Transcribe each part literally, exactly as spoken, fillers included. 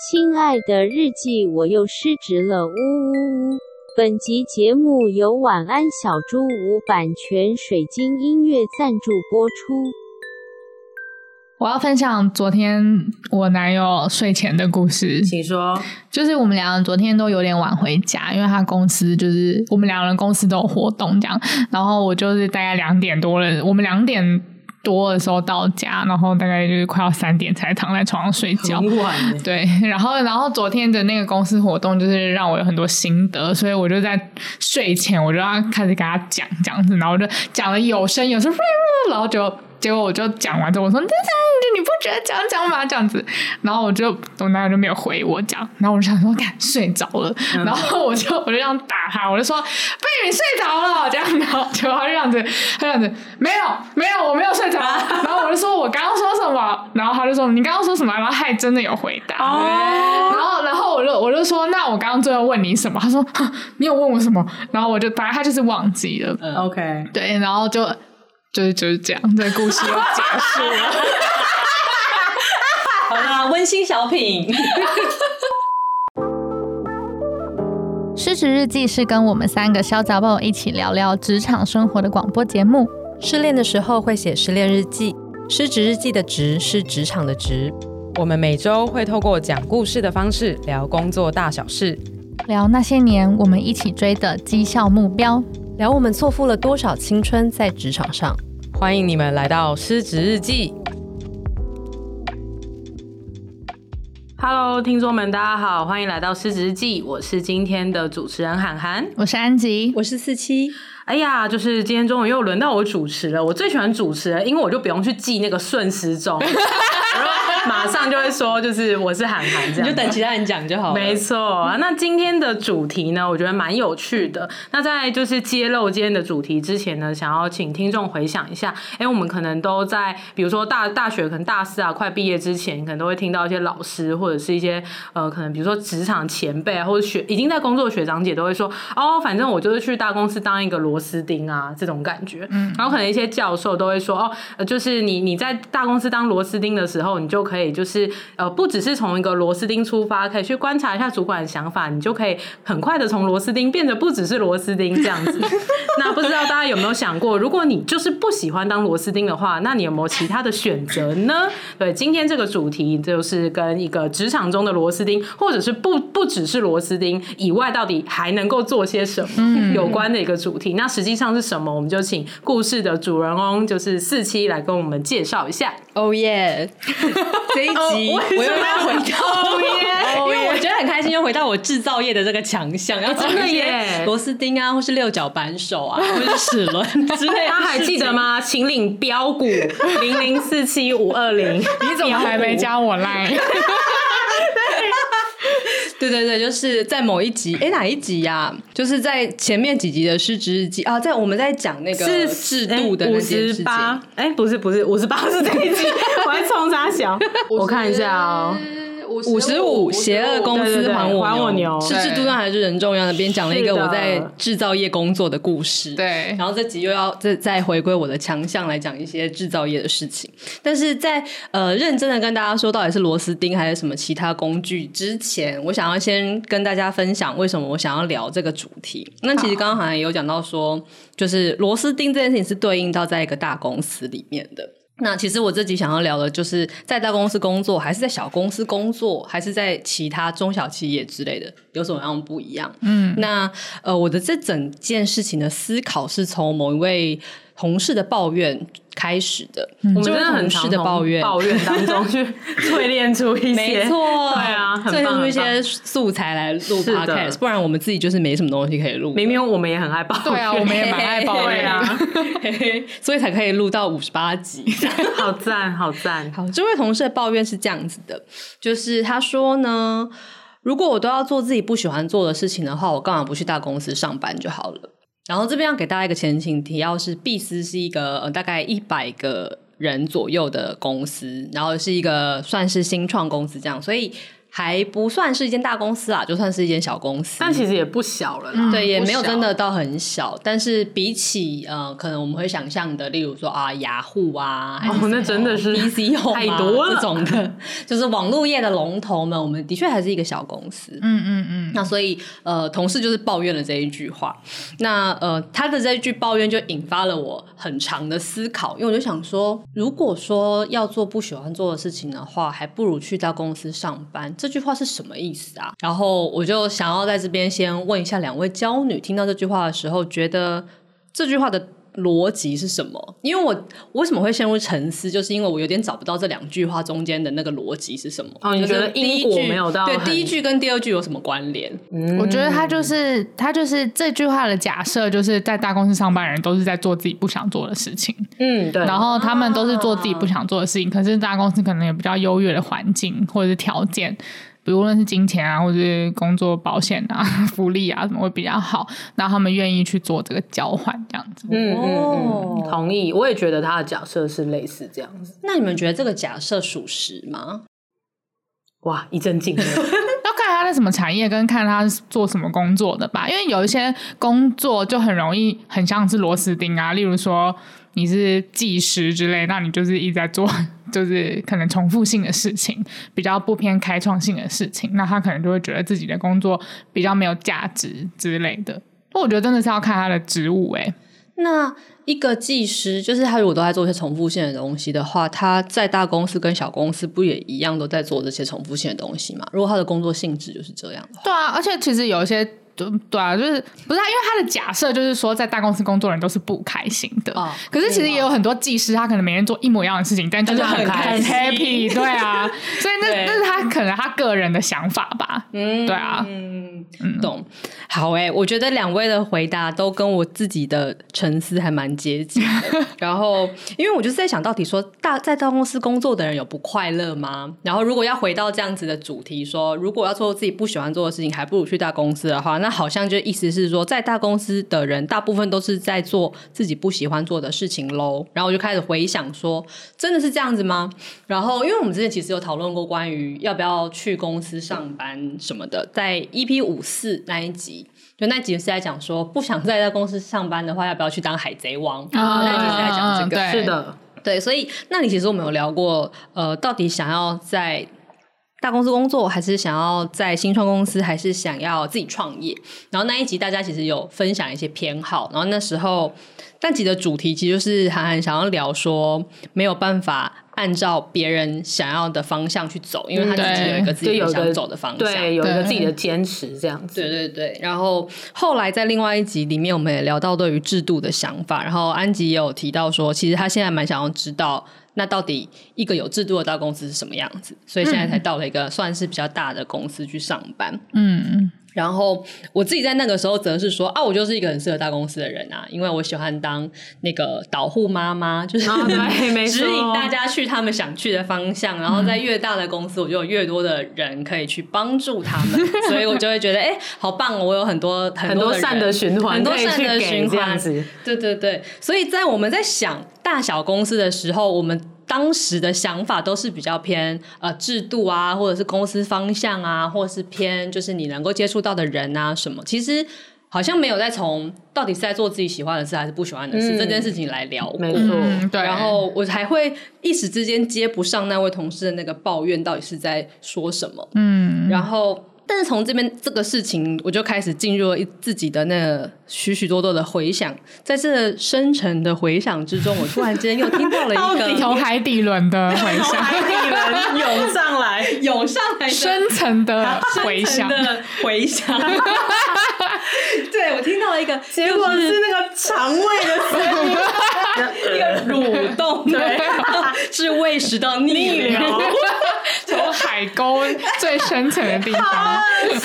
亲爱的日记，我又失职了，呜呜呜！本集节目由晚安小猪无版权水晶音乐赞助播出。 我要分享昨天我男友睡前的故事。 请说。 就是我们两个昨天都有点晚回家，因为他公司就是我们两个人公司都有活动这样，然后我就是大概两点多了，我们两点多的时候到家，然后大概就是快要三点才躺在床上睡觉， 很晚耶。 对，然后然后昨天的那个公司活动就是让我有很多心得，所以我就在睡前我就要开始跟他讲这样子，然后我就讲了有声有声，然后就结果我就讲完之后我说这你不觉得讲讲嘛这样子，然后我就我男友就没有回我讲，然后我就想说干睡着了、嗯、然后我就我就这样打他，我就说被你睡着了这样，然后结果他就这样子他这样子没有没有我没有睡着然后我就说我刚刚说什么，然后他就说你刚刚说什么，然后他还真的有回答、哦、然后然后我就我就说那我刚刚最后问你什么，他说你有问我什么，然后我就反正他就是忘记了、 嗯、OK 对，然后就就是就是这样，这个故事就结束了好啦，温馨小品失职日记是跟我们三个小杂宝一起聊聊职场生活的广播节目。 失恋的时候会写失恋日记，失职日记的职是职场的职。 我们每周会透过讲故事的方式聊工作大小事， 聊那些年我们一起追的绩效目标， 聊我们错付了多少青春在职场上。 欢迎你们来到失职日记。 Hello， 听众们，大家好，欢迎来到失职日记，我是今天的主持人涵涵， 我是安吉， 我是四七。 哎呀，就是今天终于又轮到我主持了，我最喜欢主持了，因为我就不用去记那个顺时钟，然后马上就会说，就是我是涵涵这样， 你就等其他人讲就好了。 没错，那今天的主题呢，我觉得蛮有趣的。那在就是揭露今天的主题之前呢，想要请听众回想一下，哎，我们可能都在，比如说大大学可能大四啊，快毕业之前，可能都会听到一些老师或者是一些呃，可能比如说职场前辈啊，或者学已经在工作的学长姐都会说，哦，反正我就是去大公司当一个螺丝钉啊，这种感觉。嗯，然后可能一些教授都会说，哦，呃、就是你你在大公司当螺丝钉的时候，你就可以就是呃，不只是从一个螺丝钉出发，可以去观察一下主管的想法，你就可以很快的从螺丝钉变得不只是螺丝钉这样子。那不知道大家有没有想过，如果你就是不喜欢当螺丝钉的话，那你有没有其他的选择呢？对，今天这个主题就是跟一个职场中的螺丝钉，或者是不不只是螺丝钉以外，到底还能够做些什么有关的一个主题。那实际上是什么？我们就请故事的主人翁就是四七来跟我们介绍一下。 Oh yeah 这一集、oh, 我又要回到 Oh yeah 因为我觉得很开心又回到我制造业的这个强项，要讲一些螺丝钉啊，或是六角扳手啊，或是齿轮之类的。 大家还记得吗？请领标股零零四七五二零。 你怎么还没加我 Line？ 对对对，就是在某一集，哎，哪一集呀、啊？就是在前面几集的失职日记啊，在我们在讲那个制度的那件事情。 哎，不是不是，五十八是这一集，我还冲啥小？我看一下哦。 五十五，邪恶公司还我牛， 还我牛是制度上还是人重要？那边讲了一个我在制造业工作的故事， 对。 然后这集又要再再回归我的强项来讲一些制造业的事情。但是在呃认真的跟大家说到底是螺丝钉还是什么其他工具之前，我想要先跟大家分享为什么我想要聊这个主题。那其实刚刚好像也有讲到说，就是螺丝钉这件事情是对应到在一个大公司里面的。那其实我这集想要聊的就是在大公司工作还是在小公司工作还是在其他中小企业之类的有什么样不一样。嗯，那呃我的这整件事情的思考是从某一位同事的抱怨开始的。 嗯、我们真的很常从抱怨抱怨当中去淬炼出一些没错， 对啊， 淬炼出一些素材来录 podcast， 不然我们自己就是没什么东西可以录。 明明我们也很爱抱怨， 对啊，我们也蛮爱抱怨啊， 所以才可以录到五十八集。 好赞好赞。 好，这位同事的抱怨是这样子的，就是他说呢，如果我都要做自己不喜欢做的事情的话，我干嘛不去大公司上班就好了。然后这边要给大家一个前情提要，是必思是一个、呃、大概一百个人左右的公司，然后是一个算是新创公司这样，所以还不算是一间大公司啊，就算是一间小公司， 但其实也不小了啦。 对，也没有真的到很小，但是比起呃，可能我们会想象的，例如说啊，雅虎啊， 哦，那真的是 P C Home 太多了这种的，就是网络业的龙头们，我们的确还是一个小公司。 嗯嗯嗯。 那所以呃，同事就是抱怨了这一句话，那呃，他的这一句抱怨就引发了我很长的思考，因为我就想说，如果说要做不喜欢做的事情的话，还不如去到公司上班。这句话是什么意思啊？然后我就想要在这边先问一下两位娇女，听到这句话的时候，觉得这句话的逻辑是什么？因为我为什么会陷入沉思，就是因为我有点找不到这两句话中间的那个逻辑是什么。 哦，你觉得因果没有到对很第一句跟第二句有什么关联？ 嗯我觉得他就是他就是这句话的假设，就是在大公司上班的人都是在做自己不想做的事情， 嗯，对。 然后他们都是做自己不想做的事情，可是大公司可能有比较优越的环境或者是条件。比如无论是金钱啊，或者是工作保险啊、福利啊什么会比较好，那他们愿意去做这个交换，这样子。 嗯嗯哦嗯，同意。我也觉得他的假设是类似这样子。 那你们觉得这个假设属实吗？ 哇，一阵静默。 要看他在什么产业，跟看他是做什么工作的吧。因为有一些工作就很容易很像是螺丝钉啊，例如说你是技师之类，那你就是一直在做就是可能重复性的事情，比较不偏开创性的事情，那他可能就会觉得自己的工作比较没有价值之类的。我觉得真的是要看他的职务欸。 那一个技师，就是他如果都在做一些重复性的东西的话，他在大公司跟小公司不也一样都在做这些重复性的东西吗？如果他的工作性质就是这样的话。 对啊，而且其实有一些对啊，就是不是啊，因为他的假设就是说在大公司工作的人都是不开心的、哦、可是其实也有很多技师他可能每天做一模一样的事情，但就是很很 happy 对啊，所以那那是他可能他个人的想法吧。嗯，对啊， 嗯，懂。好欸，我觉得两位的回答都跟我自己的沉思还蛮接近的然后因为我就是在想到底说大在大公司工作的人有不快乐吗？然后如果要回到这样子的主题说，如果要做自己不喜欢做的事情还不如去大公司的话，那好像就意思是说在大公司的人大部分都是在做自己不喜欢做的事情咯。然后我就开始回想说真的是这样子吗？然后因为我们之前其实有讨论过关于要不要去公司上班什么的，在 E P 五十四 那一集，就那集是在讲说不想在公司上班的话要不要去当海贼王、啊、那集是在讲这个、 啊、 是的， 对，所以那里其实我们有聊过呃，到底想要在大公司工作还是想要在新创公司还是想要自己创业，然后那一集大家其实有分享一些偏好，然后那时候那集的主题其实就是韩寒想要聊说没有办法按照别人想要的方向去走，因为他自己有一个自己想走的方向， 对，有一个自己的坚持这样子。 对对对，然后后来在另外一集里面我们也聊到对于制度的想法，然后安吉也有提到说其实他现在蛮想要知道那到底一个有制度的大公司是什么样子，所以现在才到了一个算是比较大的公司去上班。嗯，然后我自己在那个时候则是说啊，我就是一个很适合大公司的人啊，因为我喜欢当那个导护妈妈，就是、哦、对指引大家去他们想去的方向，然后在越大的公司我就有越多的人可以去帮助他们所以我就会觉得哎、欸，好棒哦，我有很多很多的人很多善的循环， 很多善的循环， 子对对对，所以在我们在想大小公司的时候，我们当时的想法都是比较偏呃制度啊，或者是公司方向啊，或者是偏就是你能够接触到的人啊什么，其实好像没有在从到底是在做自己喜欢的事还是不喜欢的事、嗯、这件事情来聊过。 没错、 嗯、对。 然后我还会一时之间接不上那位同事的那个抱怨到底是在说什么。嗯，然后但是从这边这个事情我就开始进入了自己的那个许许多多的回想，在这深沉的回想之中，我突然间又听到了一个从海底轮的回想海底轮涌上来涌上来的深层的回想的回想对，我听到了一个结果是那个肠胃的声音一个蠕动，对是胃食道逆流从海沟最深层的地方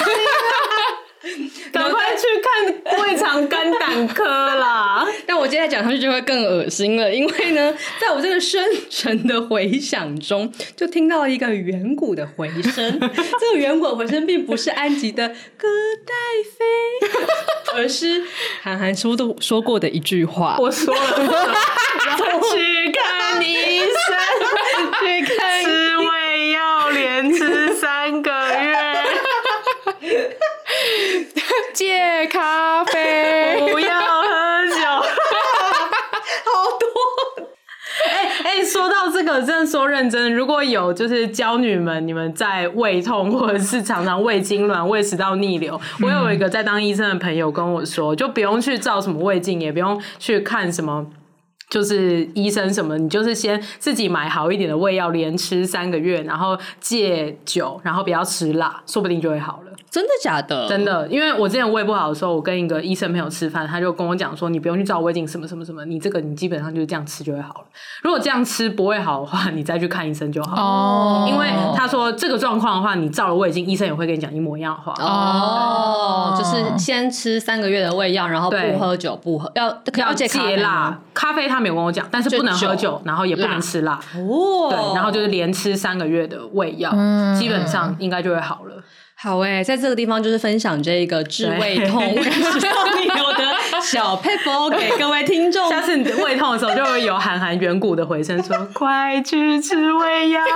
赶快去看胃肠肝胆科啦但我接下来讲上去就会更恶心了，因为呢在我这个深沉的回响中就听到一个远古的回声这个远古的回声并不是安吉的歌带飞而是韩寒说的说过的一句话， 我说了去看医生去看吃胃药连吃三个月戒咖啡， 不要喝酒。 好多。 哎哎、欸欸，说到这个，真的说认真，如果有就是娇女们，你们在胃痛或者是常常胃痉挛、胃食道逆流，我有一个在当医生的朋友跟我说，就不用去照什么胃镜，也不用去看什么。就是医生什么，你就是先自己买好一点的胃药，连吃三个月，然后戒酒，然后不要吃辣，说不定就会好了。 真的假的？ 真的，因为我之前胃不好的时候，我跟一个医生朋友吃饭，他就跟我讲说，你不用去照胃镜，什么什么什么，你这个你基本上就是这样吃就会好了。如果这样吃不会好的话，你再去看医生就好了。哦，因为他说这个状况的话，你照了胃镜，医生也会跟你讲一模一样的话。 哦，就是先吃三个月的胃药，然后不喝酒，不喝要要戒戒辣，咖啡他没有跟我讲，但是不能喝酒，然后也不能吃辣。哦，对，然后就是连吃三个月的胃药，嗯、基本上应该就会好了。 好诶、欸，在这个地方就是分享这个治胃痛、胃食道逆流的小撇步给各位听众。 下次你胃痛的时候，就会有韩寒远古的回声说：“快去吃胃药。”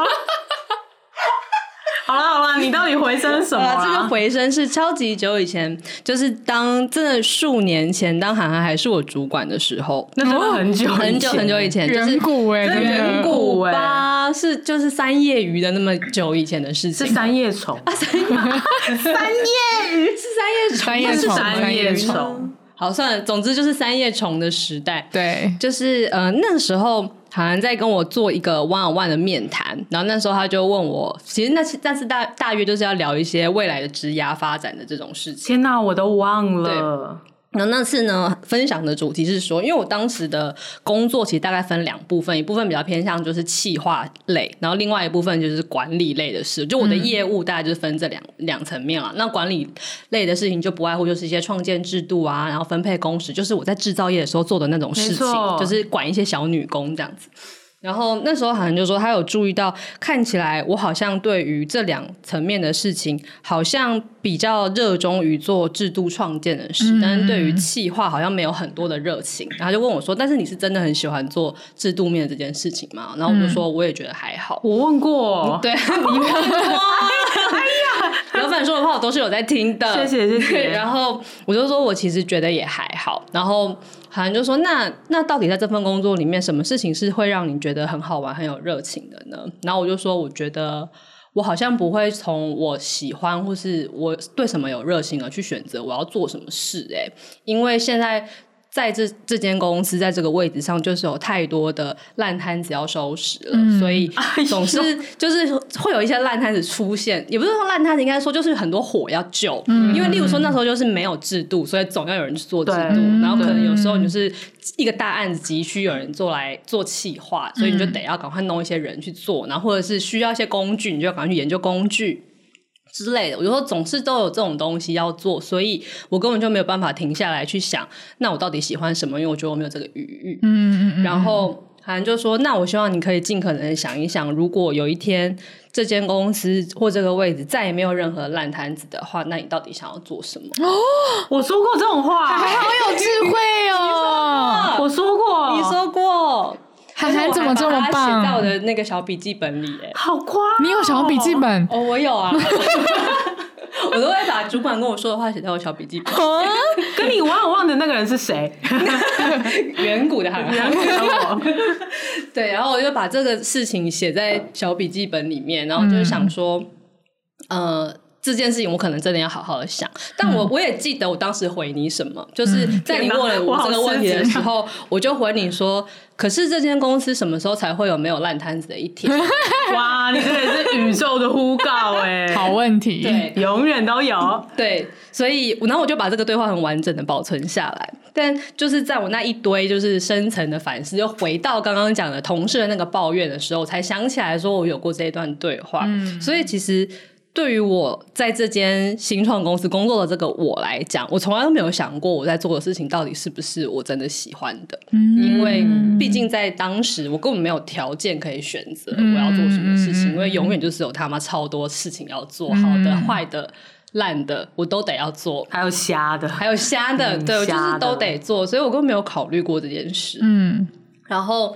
好了好了，你到底回声什么啦？ 这个回声是超级久以前，就是当真的数年前，当韩寒还是我主管的时候， 那真的很久很久很久以前， 远古哎， 真的远古哎、 欸，是就是三叶鱼的那么久以前的事情， 是三叶虫啊，三叶三叶鱼是三叶虫， 三叶虫， 三叶虫。 好，算了，总之就是三叶虫的时代。 对， 就是呃那时候好像在跟我做一个 one on one 的面谈，然后那时候他就问我，其实那但是大大约就是要聊一些未来的职涯发展的这种事情。 天哪，我都忘了。 然后那次呢，分享的主题是说，因为我当时的工作其实大概分两部分，一部分比较偏向就是企划类，然后另外一部分就是管理类的事。就我的业务大概就是分这两两层面了。那管理类的事情就不外乎就是一些创建制度啊，然后分配工时，就是我在制造业的时候做的那种事情，就是管一些小女工这样子。然后那时候好像就说他有注意到，看起来我好像对于这两层面的事情好像比较热衷于做制度创建的事，嗯、但是对于企划好像没有很多的热情。然后就问我说，但是你是真的很喜欢做制度面的这件事情吗？然后我就说我也觉得还好。 我问过， 对，你问过。哎呀，老板说的话我都是有在听的， 谢谢谢谢。 然后我就说我其实觉得也还好，然后好像就说那那到底在这份工作里面，什么事情是会让你觉得很好玩、很有热情的呢？然后我就说我觉得我好像不会从我喜欢或是我对什么有热情而去选择我要做什么事、欸，因为现在。在这这间公司在这个位置上就是有太多的烂摊子要收拾了、嗯、所以总是就是会有一些烂摊子出现，也不是说烂摊子，应该说就是很多火要救、嗯、因为例如说那时候就是没有制度，所以总要有人去做制度，然后可能有时候你就是一个大案子急需有人做来做企划，所以你就得要赶快弄一些人去做，然后或者是需要一些工具，你就要赶快去研究工具之类的。我就说总是都有这种东西要做，所以我根本就没有办法停下来去想那我到底喜欢什么，因为我觉得我没有这个余裕。嗯嗯嗯。然后好像就说那我希望你可以尽可能的想一想，如果有一天这间公司或这个位置再也没有任何烂摊子的话，那你到底想要做什么？ 哦，我说过这种话， 好有智慧哦。 我说过， 你说过。 韩寒怎么这么棒？ 写在我的那个小笔记本里，哎， 好夸！ 你有小笔记本？ 哦，我有啊，我都会把主管跟我说的话写在我小笔记本。 跟你忘忘的那个人是谁？ 远古的韩寒， 远古的我。 对，然后我就把这个事情写在小笔记本里面，然后就是想说，嗯、呃。这件事情我可能真的要好好的想，但我、嗯、我也记得我当时回你什么，就是在你问了我这个问题的时候，我, 我就回你说，可是这间公司什么时候才会有没有烂摊子的一天？ 哇，你这也是宇宙的呼告哎、欸， 好问题， 对， 永远都有， 对，所以然后我就把这个对话很完整的保存下来，但就是在我那一堆就是深层的反思，又回到刚刚讲的同事的那个抱怨的时候，才想起来说我有过这一段对话，嗯、所以其实。对于我在这间新创公司工作的这个我来讲，我从来都没有想过我在做的事情到底是不是我真的喜欢的、嗯、因为毕竟在当时我根本没有条件可以选择我要做什么事情、嗯、因为永远就是有他妈超多事情要做，好的、嗯、坏的烂的我都得要做， 还有瞎的还有瞎的、嗯、对，我就是都得做，所以我根本没有考虑过这件事。 嗯， 然后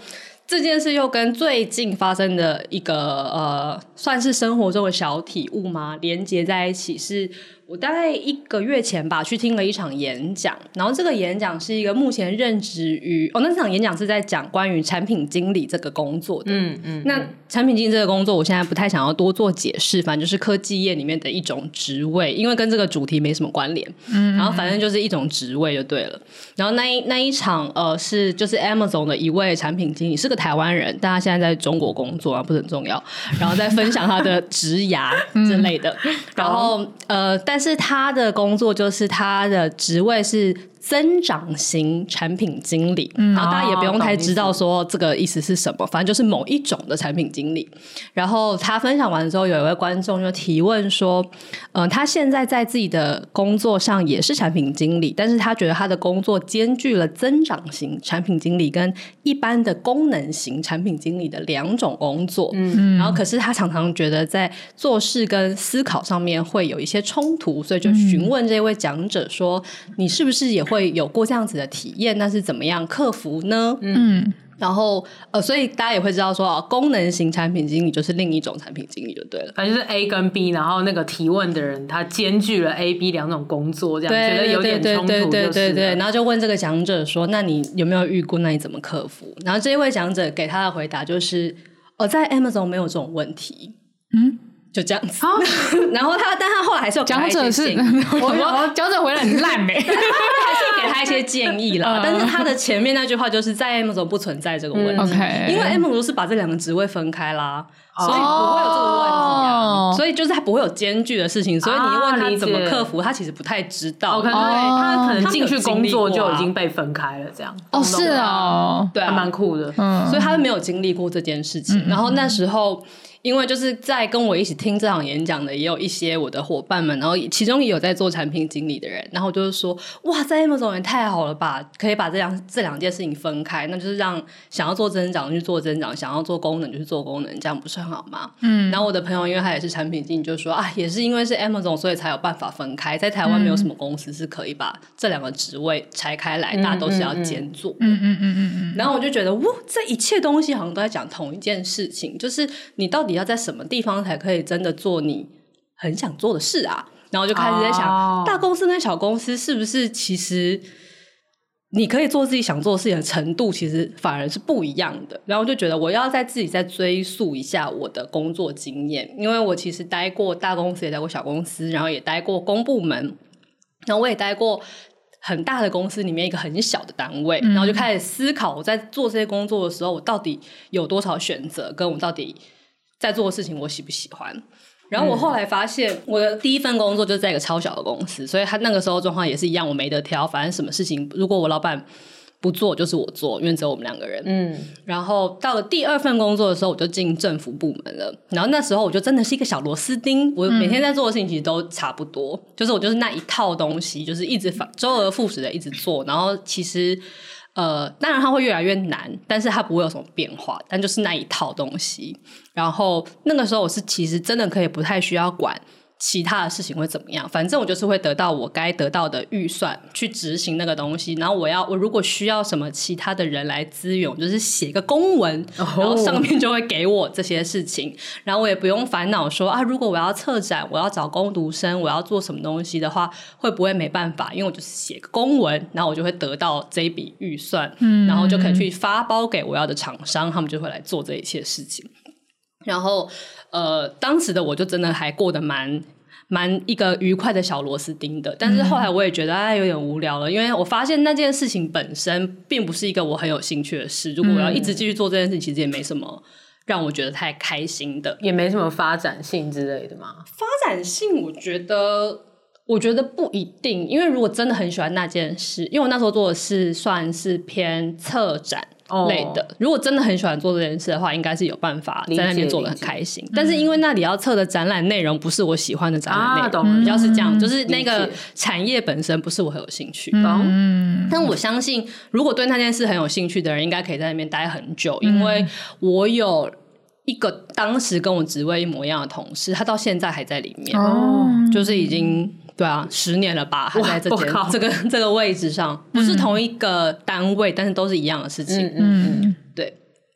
这件事又跟最近发生的一个呃，算是生活中的小体悟吗？连接在一起是。我大概一个月前吧，去听了一场演讲，然后这个演讲是一个目前任职于哦，那场演讲是在讲关于产品经理这个工作的。嗯嗯，那产品经理这个工作，我现在不太想要多做解释，反正就是科技业里面的一种职位，因为跟这个主题没什么关联。嗯，然后反正就是一种职位就对了。然后那一那一场呃是就是 Amazon 的一位产品经理，是个台湾人，但他现在在中国工作啊，不是很重要。然后再分享他的职涯之类的。嗯、然后呃，但是他的工作就是他的职位是增长型产品经理、嗯、然后大家也不用太知道说这个意思是什么、哦、反正就是某一种的产品经理。然后他分享完之后，有一位观众就提问说、呃、他现在在自己的工作上也是产品经理，但是他觉得他的工作兼具了增长型产品经理跟一般的功能型产品经理的两种工作。嗯，然后可是他常常觉得在做事跟思考上面会有一些冲突，所以就询问这位讲者说、嗯、你是不是也会有过这样子的体验，那是怎么样克服呢？嗯，然后呃，所以大家也会知道说、哦、功能型产品经理就是另一种产品经理就对了， 反正就是 A 跟 B， 然后那个提问的人他兼具了 A、B 两种工作，这样觉得有点冲突， 对对对对对，然后就问这个讲者说那你有没有遇过，那你怎么克服？然后这一位讲者给他的回答就是哦，在 Amazon 没有这种问题。嗯，就这样子、啊、然后他但他后来还是有给他一些建议， 我说讲者回来很烂欸还是给他一些建议啦、嗯、但是他的前面那句话就是在 Amazon 不存在这个问题、嗯 okay、因为 Amazon 是把这两个职位分开啦、哦、所以不会有这个问题啊、哦、所以就是他不会有兼具的事情，所以你问他怎么克服、啊、他其实不太知道、 哦、可能他可能进去工作就已经被分开了这样。 哦是哦， 对啊， 还蛮酷的、 嗯、所以他没有经历过这件事情、嗯、然后那时候因为就是在跟我一起听这场演讲的也有一些我的伙伴们，然后其中也有在做产品经理的人，然后就是说哇在 Amazon 也太好了吧，可以把这两这两件事情分开，那就是让想要做增长就去做增长，想要做功能就去做功能，这样不是很好吗？嗯，然后我的朋友因为他也是产品经理就说啊，也是因为是 Amazon 所以才有办法分开，在台湾没有什么公司是可以把这两个职位拆开来、嗯、大家都是要兼做的。嗯嗯嗯嗯嗯，然后我就觉得哇这一切东西好像都在讲同一件事情，就是你到底你要在什么地方才可以真的做你很想做的事啊？然后就开始在想、oh. 大公司跟小公司是不是其实你可以做自己想做的事情的程度其实反而是不一样的。然后就觉得我要在自己再追溯一下我的工作经验，因为我其实待过大公司也待过小公司，然后也待过公部门，然后我也待过很大的公司里面一个很小的单位、嗯、然后就开始思考我在做这些工作的时候我到底有多少选择，跟我到底在做的事情我喜不喜欢。然后我后来发现我的第一份工作就是在一个超小的公司，所以他那个时候状况也是一样，我没得挑，反正什么事情如果我老板不做就是我做，因为只有我们两个人。嗯，然后到了第二份工作的时候我就进政府部门了，然后那时候我就真的是一个小螺丝钉，我每天在做的事情其实都差不多、嗯、就是我就是那一套东西就是一直周而复始的一直做，然后其实呃，当然它会越来越难，但是它不会有什么变化，但就是那一套东西。然后那个时候我是其实真的可以不太需要管其他的事情会怎么样，反正我就是会得到我该得到的预算去执行那个东西，然后我要我如果需要什么其他的人来资源，就是写一个公文、oh. 然后上面就会给我这些事情，然后我也不用烦恼说啊，如果我要策展，我要找工读生，我要做什么东西的话会不会没办法，因为我就是写个公文，然后我就会得到这一笔预算、嗯、然后就可以去发包给我要的厂商，他们就会来做这一切事情。然后呃，当时的我就真的还过得蛮蛮一个愉快的小螺丝钉的，但是后来我也觉得哎有点无聊了，因为我发现那件事情本身并不是一个我很有兴趣的事，如果我要一直继续做这件事情其实也没什么让我觉得太开心的， 也没什么发展性之类的嘛。 发展性我觉得我觉得不一定，因为如果真的很喜欢那件事，因为我那时候做的是算是偏策展类的、哦、如果真的很喜欢做这件事的话应该是有办法在那边做得很开心，但是因为那里要测的展览内容不是我喜欢的展览内容、啊、懂比较是这样，就是那个产业本身不是我很有兴趣、嗯、但我相信如果对那件事很有兴趣的人应该可以在那边待很久、嗯、因为我有一个当时跟我职位一模一样的同事，他到现在还在里面、哦、就是已经对啊十年了吧，还在这间这个这个位置上，不是同一个单位、嗯、但是都是一样的事情。嗯嗯，对。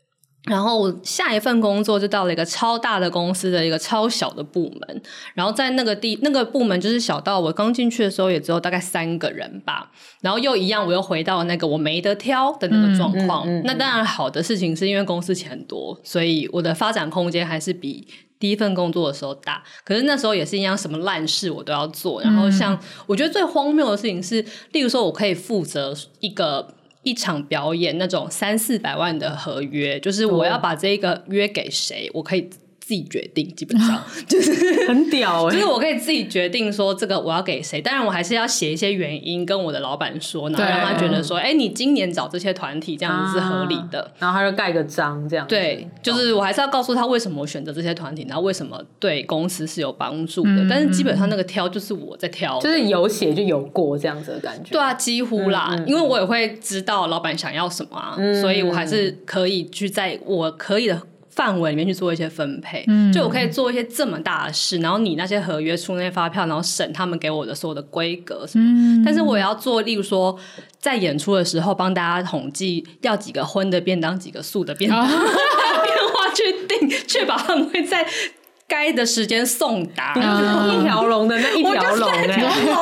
然后我下一份工作就到了一个超大的公司的一个超小的部门，然后在那个地那个部门就是小到我刚进去的时候也只有大概三个人吧，然后又一样我又回到那个我没得挑的那个状况、嗯嗯嗯、那当然好的事情是因为公司钱多，所以我的发展空间还是比第一份工作的时候大，可是那时候也是一样什么烂事我都要做，然后像、嗯、我觉得最荒谬的事情是例如说我可以负责一个一场表演那种三四百万的合约，就是我要把这个约给谁我可以自己决定，基本上就是很屌、欸、 就是我可以自己决定说这个我要给谁，当然我还是要写一些原因跟我的老板说，然后让他觉得说哎、欸，你今年找这些团体这样子是合理的、啊、 然后他就盖个章这样子， 对，就是我还是要告诉他为什么我选择这些团体，然后为什么对公司是有帮助的、嗯、但是基本上那个挑就是我在挑， 就是有写就有过这样子的感觉， 对啊，几乎啦、嗯嗯、因为我也会知道老板想要什么啊、嗯、所以我还是可以去在我可以的范围里面去做一些分配、嗯、就我可以做一些这么大的事，然后你那些合约出那些发票，然后审他们给我的所有的规格什么、嗯、但是我也要做例如说在演出的时候帮大家统计要几个荤的便当几个素的便当、哦、电话去定，确保他们会在该的时间送达、 嗯、一条龙的那一条龙、欸、对，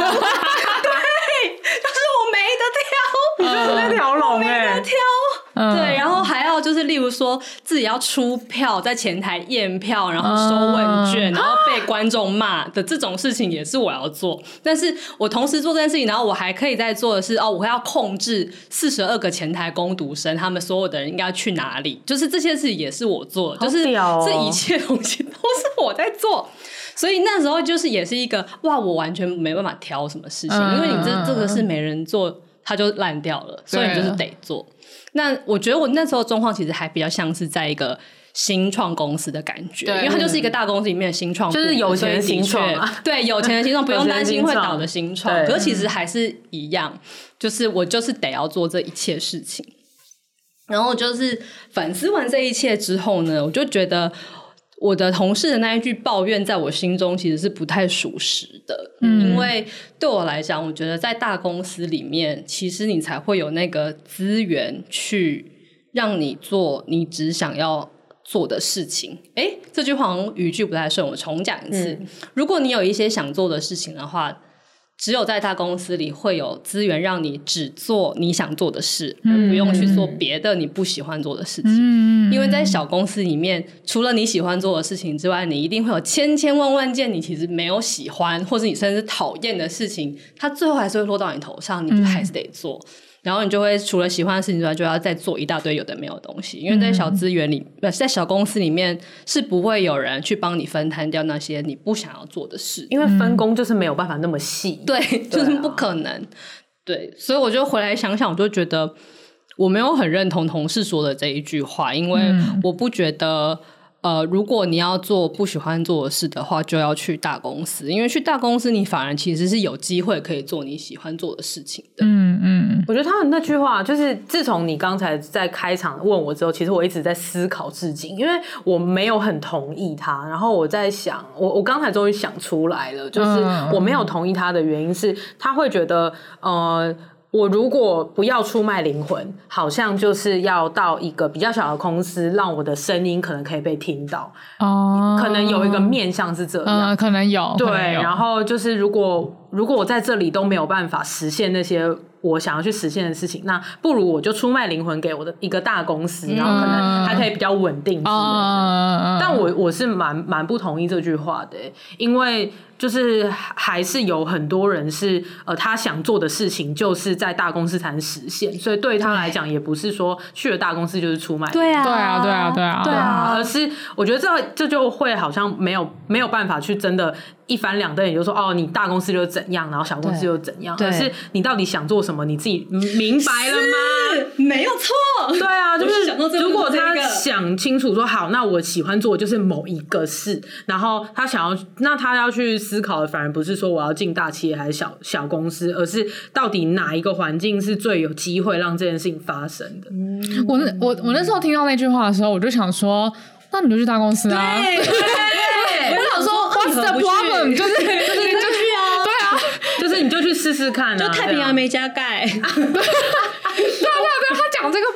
就是我没得挑， 你就是那条龙、欸、 我没得挑嗯、对，然后还要就是例如说自己要出票，在前台验票，然后收问卷、嗯、然后被观众骂的这种事情也是我要做，但是我同时做这件事情，然后我还可以再做的是哦，我要控制四十二个前台工读生他们所有的人应该去哪里，就是这些事情也是我做的、哦、就是这一切东西都是我在做，所以那时候就是也是一个哇我完全没办法挑什么事情、嗯、因为你这这个是没人做它就烂掉了，所以你就是得做。那我觉得我那时候状况其实还比较像是在一个新创公司的感觉，因为它就是一个大公司里面的新创， 就是有钱的新创、啊、 对，有钱的新创不用担心会倒的新创，可是其实还是一样，就是我就是得要做这一切事情。然后就是反思完这一切之后呢，我就觉得我的同事的那一句抱怨在我心中其实是不太属实的、嗯、因为对我来讲我觉得在大公司里面其实你才会有那个资源去让你做你只想要做的事情。诶，这句话好像语句不太顺，我重讲一次、嗯、如果你有一些想做的事情的话，只有在大公司里会有资源让你只做你想做的事、嗯、而不用去做别的你不喜欢做的事情、嗯、因为在小公司里面除了你喜欢做的事情之外，你一定会有千千万万件你其实没有喜欢或是你甚至讨厌的事情，它最后还是会落到你头上，你就还是得做、嗯，然后你就会除了喜欢的事情之外就要再做一大堆有的没有的东西，因为在小资源里、嗯、在小公司里面是不会有人去帮你分摊掉那些你不想要做的事， 因为分工就是没有办法那么细、 嗯、对，就是不可能、啊、对，所以我就回来想想，我就觉得我没有很认同同事说的这一句话，因为我不觉得呃，如果你要做不喜欢做的事的话就要去大公司，因为去大公司你反而其实是有机会可以做你喜欢做的事情的。嗯嗯，我觉得他的那句话就是自从你刚才在开场问我之后，其实我一直在思考至今，因为我没有很同意他，然后我在想我我刚才终于想出来了，就是我没有同意他的原因是他会觉得呃我如果不要出卖灵魂，好像就是要到一个比较小的公司，让我的声音可能可以被听到。哦，可能有一个面向是这样， 嗯，可能有， 对。 能有然后就是如果如果我在这里都没有办法实现那些我想要去实现的事情，那不如我就出卖灵魂给我的一个大公司，嗯、然后可能还可以比较稳定之类的。嗯、但我我是蛮蛮不同意这句话的，因为就是还是有很多人是呃他想做的事情就是在大公司才能实现，所以对他来讲也不是说去了大公司就是出卖。 对啊， 对啊，对啊，对啊， 对啊，而是我觉得这这就会好像没有没有办法去真的一翻两瞪眼就说哦，你大公司就是怎样，然后小公司就是怎样，而是你到底想做什么，你自己明白了吗？ 没有错。 对啊，就是如果他想清楚说好，那我喜欢做的就是某一个事，然后他想要，那他要去思考的反而不是说我要进大企业还是小小公司，而是到底哪一个环境是最有机会让这件事情发生的。 嗯、我我我那时候听到那句话的时候，我就想说，那你就去大公司啊。 对对我就想说 ，What's the problem？ 就是就是你就去啊，对啊， 就是你就去试试看啊， 就太平洋没加盖。 对啊对啊对啊，他讲这个抱怨的时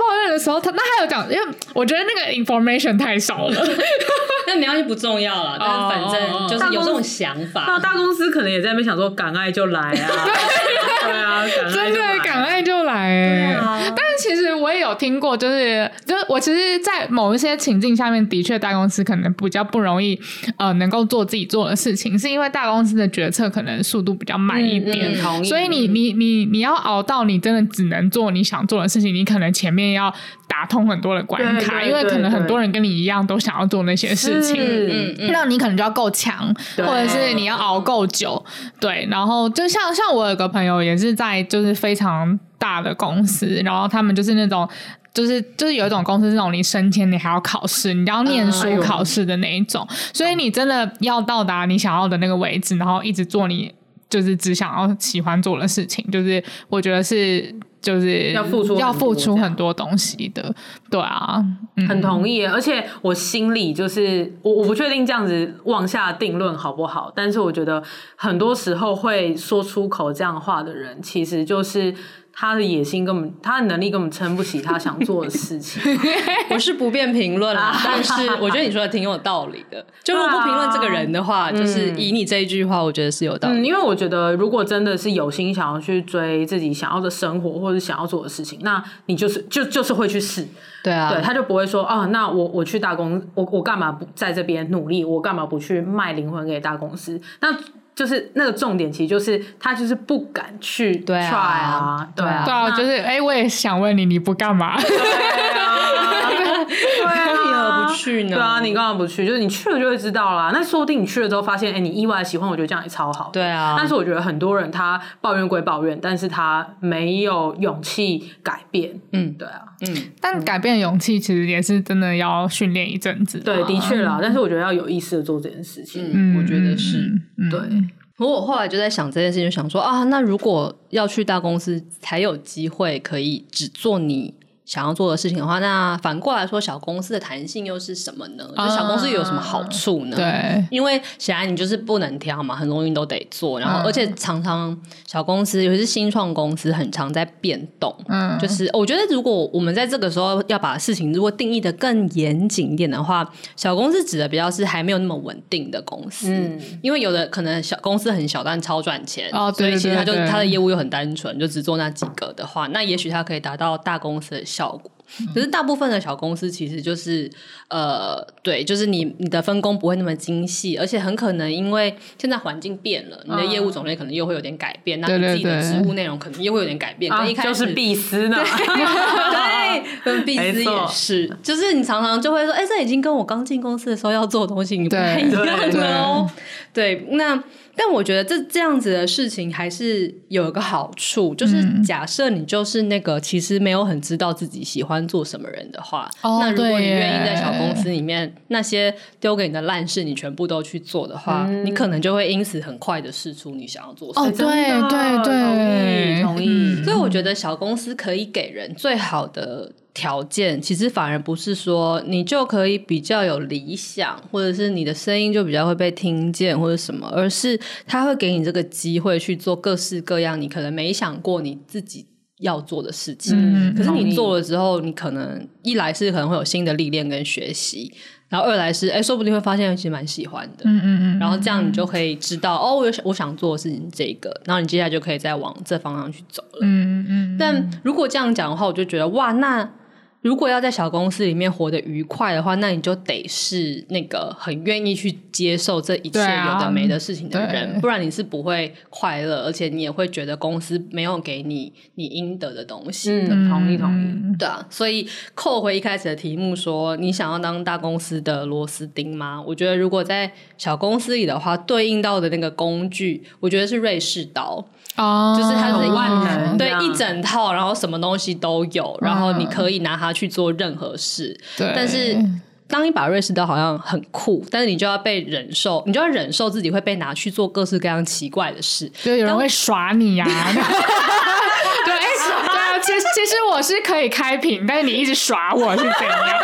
时候他那还有讲，因为我觉得那个 information 太少了。 那没关系，不重要了。但是反正就是有这种想法。 那大公司可能也在那边想说，敢爱就来啊。对啊，敢爱就来。 真的敢爱就来、欸。对啊。但是其实我也有听过，就是就是我其实，在某一些情境下面，的确大公司可能比较不容易呃能够做自己做的事情，是因为大公司的决策可能速度比较慢一点， 嗯嗯、 所以你你你你要熬到你真的只能做你想做的事情，你可能前面要打通很多的关卡， 对对对， 因为可能很多人跟你一样都想要做那些事情，嗯嗯，那你可能就要够强，或者是你要熬够久，对。然后就像像我有个朋友也是在就是非常大的公司，然后他们就是那种。就是就是有一种公司是那种你升迁你还要考试，你要念书考试的那一种、嗯、所以你真的要到达你想要的那个位置，然后一直做你就是只想要喜欢做的事情，就是我觉得是就是要付出要付出很多东西的，对啊、嗯、 很同意。而且我心里就是我我不确定这样子妄下定论好不好，但是我觉得很多时候会说出口这样的话的人，其实就是他的野心根本，他的能力根本撑不起他想做的事情。 我是不便评论啦，但是我觉得你说的挺有道理的。就如果不评论这个人的话，就是以你这一句话，我觉得是有道理、 嗯。因为我觉得，如果真的是有心想要去追自己想要的生活，或者想要做的事情，那你就是就就是会去试。 对啊， 对，他就不会说哦，那我我去大公，我我干嘛不在这边努力？我干嘛不去卖灵魂给大公司？那就是那个重点，其实就是他就是不敢去 try 啊， 对啊， 对啊，就是哎、欸，我也想问你，你不干嘛？ 对啊，对啊， 你何不去呢？ 对啊，你干嘛不去？就是你去了就会知道啦。那说不定你去了之后发现，哎、欸，你意外喜欢，我觉得这样也超好。 对啊， 但是我觉得很多人他抱怨归抱怨，但是他没有勇气改变。嗯，对啊， 嗯，但改变的勇气其实也是真的要训练一阵子。 对，的确啦。但是我觉得要有意识的做这件事情。 嗯，我觉得是、 嗯、 对。 不过我后来就在想这件事情，就想说啊，那如果要去大公司才有机会可以只做你想要做的事情的话，那反过来说小公司的弹性又是什么呢？就小公司有什么好处呢？ 对， 因为显然你就是不能挑嘛，很多东西都得做，然后而且常常小公司尤其是新创公司很常在变动，嗯，就是我觉得如果我们在这个时候要把事情如果定义的更严谨一点的话，小公司指的比较是还没有那么稳定的公司，嗯，因为有的可能小公司很小但超赚钱，哦，对对对对，所以其实他就他的业务又很单纯，就只做那几个的话，那也许他可以达到大公司的效果。可是大部分的小公司其实就是呃，对，就是你你的分工不会那么精细，而且很可能因为现在环境变了，你的业务种类可能又会有点改变，嗯、那你自己的职务内容可能又会有点改变， 啊、 跟一开始就是必思呢， 对，跟必思也是，就是你常常就会说，哎、欸，这已经跟我刚进公司的时候要做的东西你不太一样了哦。对，那但我觉得这这样子的事情还是有一个好处，就是假设你就是那个其实没有很知道自己喜欢做什么人的话，哦、那如果你愿意在小公司里面那些丢给你的烂事你全部都去做的话、嗯、你可能就会因此很快的试出你想要做什么。 哦，对对对， 同意同意。 所以我觉得小公司可以给人最好的条件，其实反而不是说你就可以比较有理想，或者是你的声音就比较会被听见或者什么，而是他会给你这个机会去做各式各样你可能没想过你自己要做的事情、嗯、可是你做了之后你可能一来是可能会有新的历练跟学习，然后二来是哎，说不定会发现其实蛮喜欢的，嗯嗯嗯，然后这样你就可以知道哦，我我想做的事情这个，然后你接下来就可以再往这方向去走了，嗯嗯。但如果这样讲的话，我就觉得哇，那如果要在小公司里面活得愉快的话，那你就得是那个很愿意去接受这一切有的没的事情的人、啊、不然你是不会快乐，而且你也会觉得公司没有给你你应得的东西的。 嗯，同意同意。 对啊，所以扣回一开始的题目说你想要当大公司的螺丝钉吗？我觉得如果在小公司里的话，对应到的那个工具我觉得是瑞士刀哦，就是它是一对一整套，然后什么东西都有，然后你可以拿它去做任何事。对，但是当一把瑞士刀好像很酷，但是你就要被忍受，你就要忍受自己会被拿去做各式各样奇怪的事， 就有人会耍你啊。对，对啊，其实其实我是可以开屏，但是你一直耍我是怎样？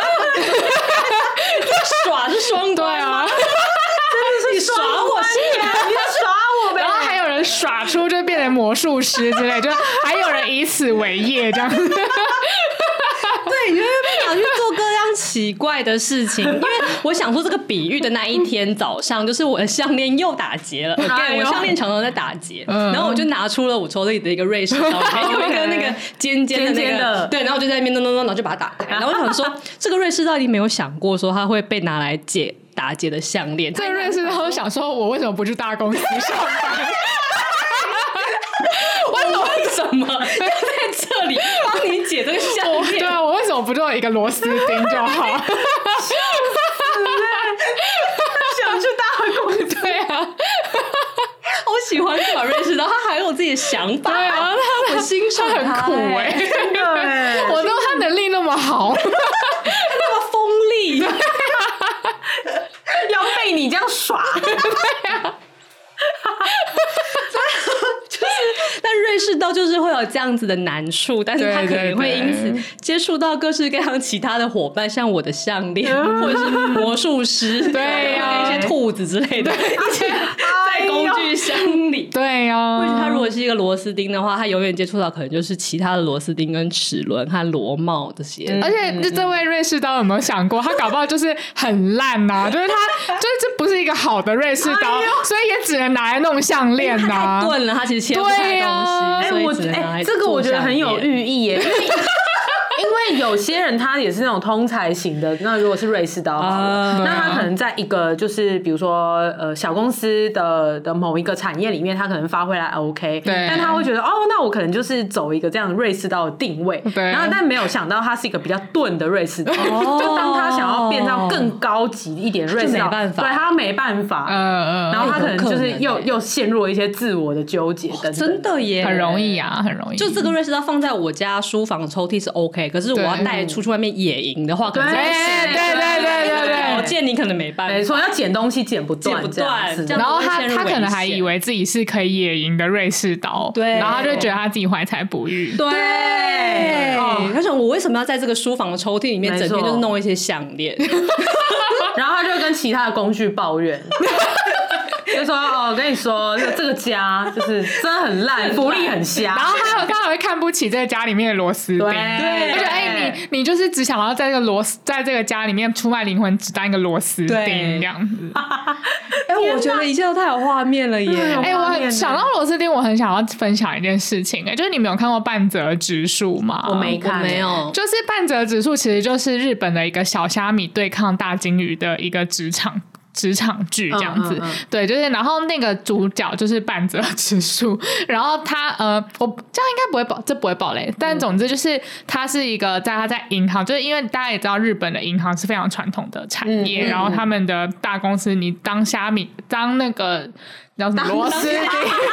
耍是双对啊。 你耍我是啊，你在耍我呗。 然后还有人耍出就变成魔术师之类，就还有人以此为业这样子。 对， 你就会被拿去做各样奇怪的事情。因为我想说这个比喻的那一天早上，就是我的项链又打结了。 哎、 我项链常常在打结， 嗯、 然后我就拿出了我抽屉里的一个瑞士刀，有一个那个尖尖的那个， 尖尖的对，然后我就在那边咚咚咚，然后就把它打开。然后我想说，这个瑞士刀一定没有想过说它会被拿来解打结的项链。 这个瑞士刀想说，我为什么不去大公司上班？ 我为什么要在这里帮你解这个项链？ 对啊，我为什么不做一个螺丝钉就好？ 想去大公司， 对啊， 我喜欢这把瑞士刀，他还有自己的想法。 对啊， 我欣赏他很酷哎、 欸， 真的哎， 我都他能力那么好， 他那么锋利， 要被你这样耍。 对啊。 但瑞士刀就是会有这样子的难处，但是他可能会因此接触到各式各样其他的伙伴，像我的项链或者是魔术师， 对呀、 啊，一些兔子之类的，一起在工具箱里。 对呀、啊， 或许他如果是一个螺丝钉的话，他永远接触到可能就是其他的螺丝钉跟齿轮和螺帽这些。 而且这这位瑞士刀有没有想过，他搞不好就是很烂呐、啊，就是他就是这不是一个好的瑞士刀，哎、所以也只能拿来弄项链呐、啊。 太钝了，他其实切不开东西， 哎、 所以我只能拿来哎、这个我觉得很有寓意耶，因为因为有些人他也是那种通才型的，那如果是瑞士刀好了， uh, 那他可能在一个就是比如说呃小公司的的某一个产业里面，他可能发挥来 OK， 对， 但他会觉得哦，那我可能就是走一个这样的瑞士刀的定位， 对， 然后但没有想到他是一个比较钝的瑞士刀，哦、就当他想要变到更高级一点瑞士刀， 没办法， 对他没办法， 嗯嗯， 然后他可能就是又、 欸、 又陷入了一些自我的纠结等等， 真的耶， 很容易啊，很容易。 就这个瑞士刀放在我家书房抽屉是 OK， 可是我要带出去外面野营的话，可能对对对对对对， 条件你可能没办法。 没错，要捡东西捡不断， 捡不断。 然后他他可能还以为自己是可以野营的瑞士刀， 对， 然后他就觉得他自己怀才不遇， 对。他想我为什么要在这个书房的抽屉里面整天就是弄一些项链？ 然后他就跟其他的工具抱怨。就说哦，我跟你说，这个家就是真的很烂，福利很瞎。 然后他他还会看不起这个家里面的螺丝钉， 对， 他觉得哎，你你就是只想要在这个螺在这个家里面出卖灵魂，只当一个螺丝钉这样子。 哎，我觉得一切都太有画面了耶！ 哎，我想到螺丝钉，我很想要分享一件事情，哎，就是你们有看过半泽直树吗？ 我没看， 没有。 就是半泽直树其实就是日本的一个小虾米对抗大金鱼的一个职场。职场剧这样子，嗯嗯嗯对，就是然后那个主角就是半泽直树，然后他呃，我这样应该不会爆，这不会爆雷，但总之就是他是一个在他在银行，就是因为大家也知道日本的银行是非常传统的产业，嗯嗯嗯然后他们的大公司，你当虾米当那个叫什么螺丝钉。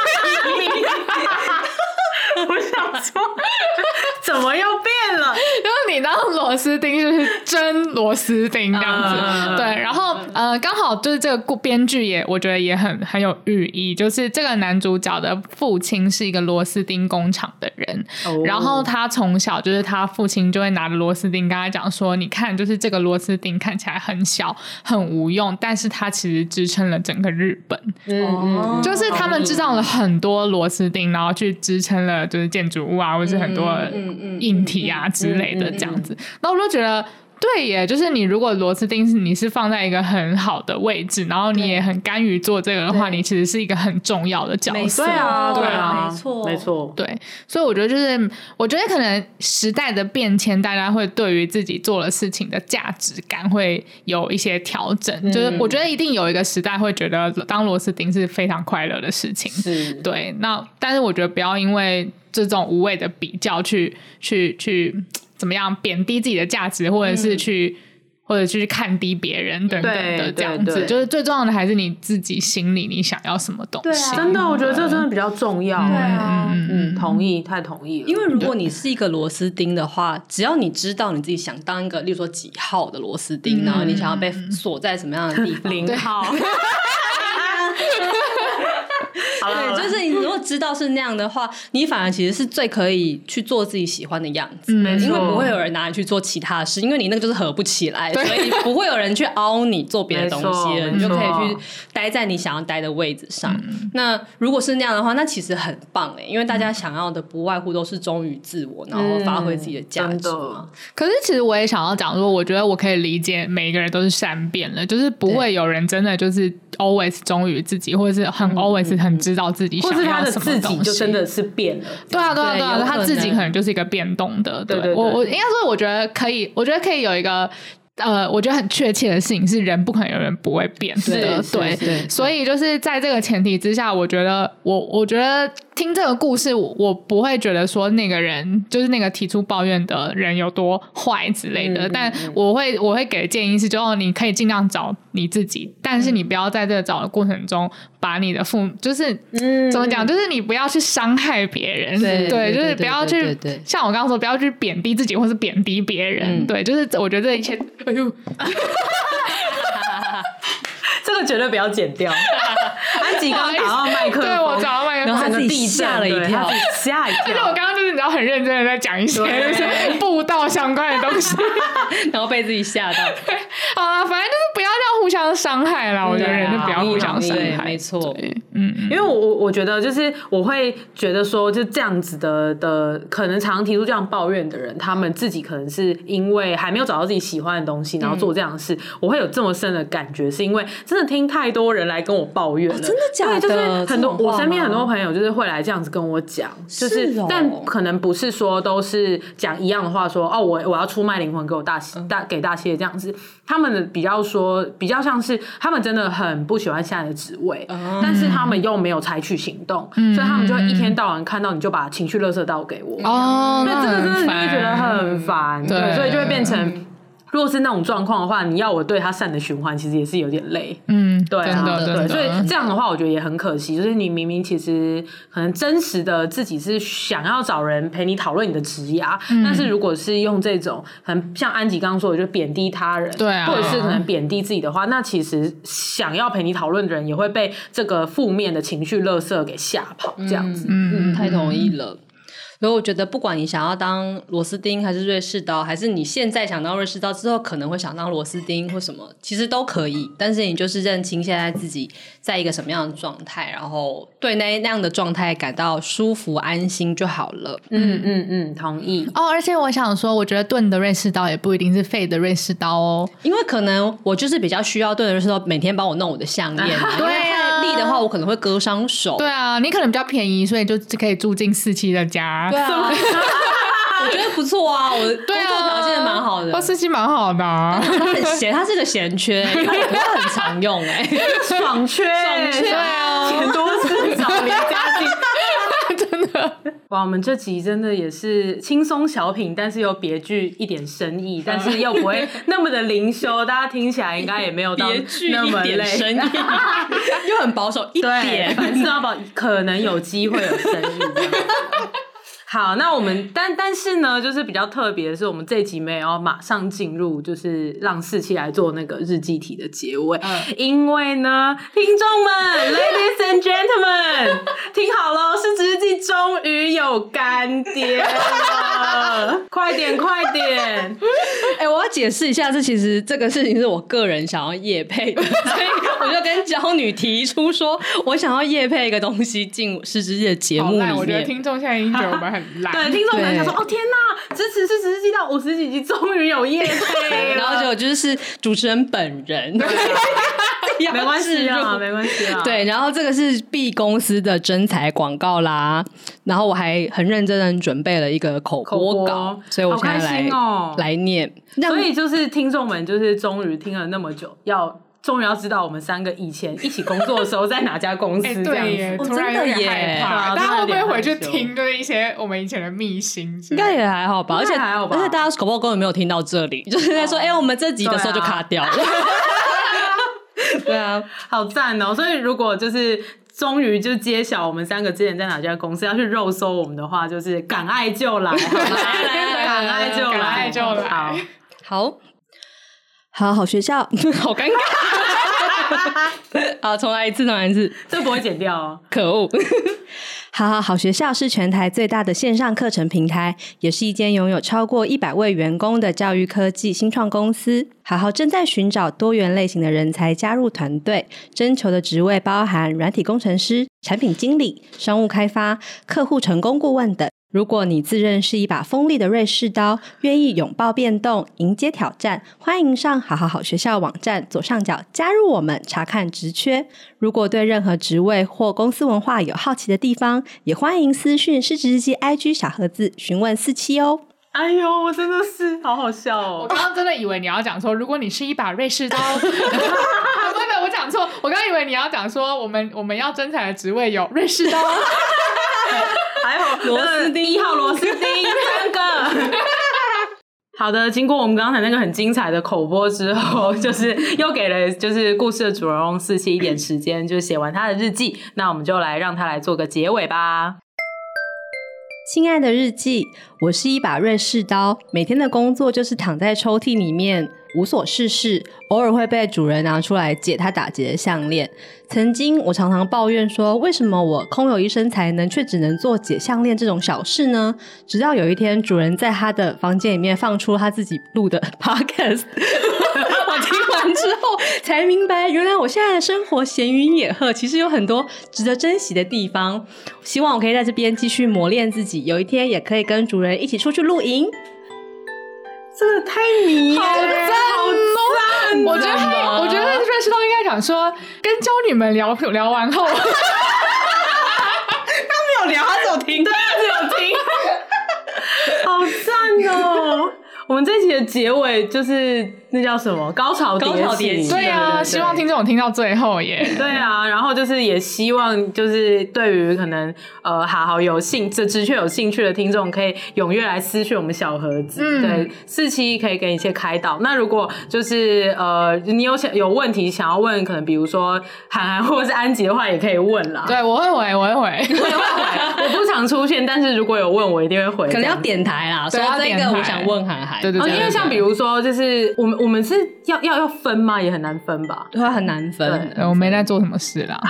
我想说，怎么又变了？ 就是你当螺丝钉就是真螺丝钉这样子，嗯、对。然后呃，刚好就是这个编剧也，我觉得也很很有寓意，就是这个男主角的父亲是一个螺丝钉工厂的人，哦、然后他从小就是他父亲就会拿着螺丝钉跟他讲说，你看，就是这个螺丝钉看起来很小很无用，但是它其实支撑了整个日本，嗯，就是他们制造了很多螺丝钉，然后去支撑了。就是建筑物啊，或是很多硬体啊之类的这样子，那我就觉得对耶，就是你如果螺丝钉是你是放在一个很好的位置，然后你也很甘于做这个的话，你其实是一个很重要的角色。 对啊， 对啊，没错， 没错， 对。所以我觉得就是，我觉得可能时代的变迁，大家会对于自己做的事情的价值感会有一些调整。嗯、就是我觉得一定有一个时代会觉得当螺丝钉是非常快乐的事情。 是， 对。那但是我觉得不要因为这种无谓的比较去去去怎么样贬低自己的价值，或者是去、嗯、或者去看低别人等等的这样子， 对对对就是最重要的还是你自己心里你想要什么东西。 啊、真的，我觉得这真的比较重要。 对啊， 嗯嗯，同意，太同意了。 因为如果你是一个螺丝钉的话，只要你知道你自己想当一个，例如说几号的螺丝钉，嗯、然后你想要被锁在什么样的地方， 零号。 对，就是你如果知道是那样的话，你反而其实是最可以去做自己喜欢的样子， 没错， 因为不会有人拿你去做其他的事，因为你那个就是合不起来，所以不会有人去凹你做别的东西了，你就可以去待在你想要待的位置上。嗯、那如果是那样的话，那其实很棒哎，因为大家想要的不外乎都是忠于自我，然后发挥自己的价值嘛、嗯。 可是其实我也想要讲说，我觉得我可以理解每一个人都是善变的，就是不会有人真的就是 always 忠于自己，或者是很 always 很知道自己想要什么东西， 或是他的自己就真的是变了。 对啊，对啊，对啊，他自己可能就是一个变动的。对，对对对，我我应该说，我觉得可以，我觉得可以有一个。呃，我觉得很确切的事情是，人不可能有人不会变的，对，对，所以就是在这个前提之下，我觉得我我觉得听这个故事，我我不会觉得说那个人就是那个提出抱怨的人有多坏之类的，嗯、但我会我会给的建议是，就哦，你可以尽量找你自己，但是你不要在这个找的过程中把你的父母，就是、嗯、怎么讲，就是你不要去伤害别人，对，对，就是不要去像我刚刚说，不要去贬低自己或是贬低别人，嗯、对，就是我觉得这一切。哎呦这个绝对不要剪掉。安吉刚刚打到麦克风， 对，我找到麦克风， 然后他自己吓了一跳， 吓一跳。 而且我刚刚就是你知道很认真的在讲一些就是布道相关的东西， 然后被自己吓到。 好啦，反正就是不要这样互相伤害啦。我觉得人就不要互相伤害， 没错。 嗯，因为我我觉得就是我会觉得说，就这样子的的，可能常提出这样抱怨的人，他们自己可能是因为还没有找到自己喜欢的东西，然后做这样的事。嗯、我会有这么深的感觉，是因为真的听太多人来跟我抱怨了，哦、 真的假的？ 就是很多我身边很多朋友就是会来这样子跟我讲，就是，是哦、但可能不是说都是讲一样的话说，说哦，我我要出卖灵魂给我大大给大谢这样子。他们的比较说比较像是他们真的很不喜欢现在的职位，嗯、但是他们又没有采取行动，嗯、所以他们就会一天到晚看到你就把情绪垃圾倒给我，哦，所以这个真的你会觉得很烦，对，对，所以就会变成。如果是那种状况的话，你要我对他善的循环，其实也是有点累。嗯，对啊，对，所以这样的话，我觉得也很可惜。就是你明明其实可能真实的自己是想要找人陪你讨论你的职涯，嗯、但是如果是用这种很像安吉刚刚说的，就贬低他人，对啊，或者是可能贬低自己的话，那其实想要陪你讨论的人也会被这个负面的情绪垃圾给吓跑，这样子。 嗯，嗯太同意了。所以我觉得不管你想要当螺丝钉还是瑞士刀，还是你现在想当瑞士刀之后可能会想当螺丝钉或什么，其实都可以，但是你就是认清现在自己在一个什么样的状态，然后对那那样的状态感到舒服安心就好了。 嗯嗯嗯，同意哦。而且我想说我觉得钝的瑞士刀也不一定是废的瑞士刀哦， 因为可能我就是比较需要钝的瑞士刀每天帮我弄我的项链、啊、对啊，力的话我可能会割伤手。 对啊，你可能比较便宜，所以就可以住进四期的家。 对啊我觉得不错啊，我工作条件蛮好的， 我司机蛮好的、啊， 他很闲，他是个闲缺，因为我不是很常用哎、欸， 爽缺， 爽缺，对啊， 钱多事少离家近。 真的哇，我们这集真的也是轻松小品，但是又别具一点深意，但是又不会那么的灵修，大家听起来应该也没有到那么累， 深意又很保守一点， 反正知道吧，可能有机会有深意这样。好，那我们但但是呢，就是比较特别的是，我们这一集没有马上进入，就是让四期来做那个日记题的结尾，嗯、因为呢，听众们 ，ladies and gentlemen， 听好了，是日记终于有干爹了，快点快点！ 哎、欸，我要解释一下，这其实这个事情是我个人想要业配的，所以我就跟娇女提出说，我想要业配一个东西进失职日记的节目里面。 我觉得听众现在已经觉得我们很。 对，听众可能想说：“哦，天哪，支持四十集到五十几集，终于有业配了。” 然后结果就是主持人本人， 没关系啊，没关系啊。 对，然后这个是 B 公司的征才广告啦，然后我还很认真的准备了一个口播稿，所以我现在来、哦、来念。 所以就是听众们，就是终于听了那么久，要。终于要知道我们三个以前一起工作的时候在哪家公司这样子， 欸、 哦、 突然有点害怕。大家会不会回去听，就是一些我们以前的秘辛？ 应该也还好吧，而且还好吧， 而且大家搞不好根本没有听到这里，就是在说，哎、哦欸，我们这集的时候就卡掉了。 对啊，好赞哦！所以如果就是终于就揭晓我们三个之前在哪家公司要去肉搜我们的话，就是敢爱就来，好来来来，敢爱就来， 敢爱就来， 好。好好好学校好尴尬好，重来一次，重来一次， 这不会剪掉哦。 可恶。好好好学校是全台最大的线上课程平台，也是一间拥有超过一百位员工的教育科技新创公司。好好正在寻找多元类型的人才加入团队，征求的职位包含软体工程师、产品经理、商务开发、客户成功顾问等。如果你自认是一把锋利的瑞士刀，愿意拥抱变动，迎接挑战，欢迎上好好好学校网站左上角加入我们，查看职缺。如果对任何职位或公司文化有好奇的地方，也欢迎私讯失职日记 I G 小盒子询问四七哦。 哎呦，我真的是好好笑哦！ 我刚刚真的以为你要讲说，如果你是一把瑞士刀，不不，我讲错，我刚刚以为你要讲说，我们我们要征才的职位有瑞士刀， 还有螺丝钉一号螺丝钉三个。好的，经过我们刚才那个很精彩的口播之后，就是又给了就是故事的主人翁四七一点时间，就是写完他的日记。那我们就来让他来做个结尾吧。 亲爱的日记，我是一把瑞士刀，每天的工作就是躺在抽屉里面无所事事，偶尔会被主人拿出来解他打结的项链。曾经我常常抱怨说，为什么我空有一身才能，却只能做解项链这种小事呢？直到有一天，主人在他的房间里面放出他自己录的 podcast 我听完之后才明白，原来我现在的生活闲云野鹤，其实有很多值得珍惜的地方。希望我可以在这边继续磨练自己，有一天也可以跟主人一起出去露营。 真的太迷了，好赞哦！ 我觉得他，我觉得瑞士刀应该讲说，跟娇女们聊聊完后，他没有聊，他只有听，对，他只有听，好赞哦！我们这一集的结尾就是那叫什么高潮迭起， 对啊，对对对，希望听众听到最后耶。 对啊，然后就是也希望就是对于可能呃好好有兴这的确有兴趣的听众，可以踊跃来私讯我们小盒子，嗯、对四七可以给你一些开导。那如果就是呃你有想有问题想要问，可能比如说涵涵或者是安吉的话，也可以问啦。 对，我会回，我会回， 我也会回。我不常出现，但是如果有问，我一定会回。 可能要点台啦，说这个我想问涵涵。 对对对， 哦，因为像比如说，就是我们我们是要要要分吗？也很难分吧？ 对，很难分。 我没在做什么事啦。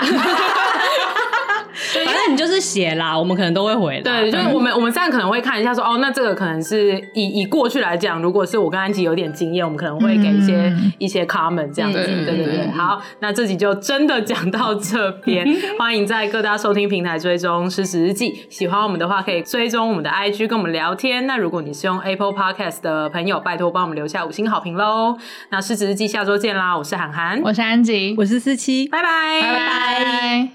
反正你就是写啦，我们可能都会回啦。 对，就是我们我们现在可能会看一下说，哦，那这个可能是以以过去来讲，如果是我跟安吉有点经验，我们可能会给一些、嗯、一些 comment 这样子。嗯、对对对，好，那这集就真的讲到这边，欢迎在各大收听平台追踪失职日记。喜欢我们的话，可以追踪我们的 I G 跟我们聊天。那如果你是用 Apple Podcast 的朋友，拜托帮我们留下五星好评喽。那失职日记下周见啦，我是涵涵， 我是安吉， 我是四七， 拜拜， 拜拜。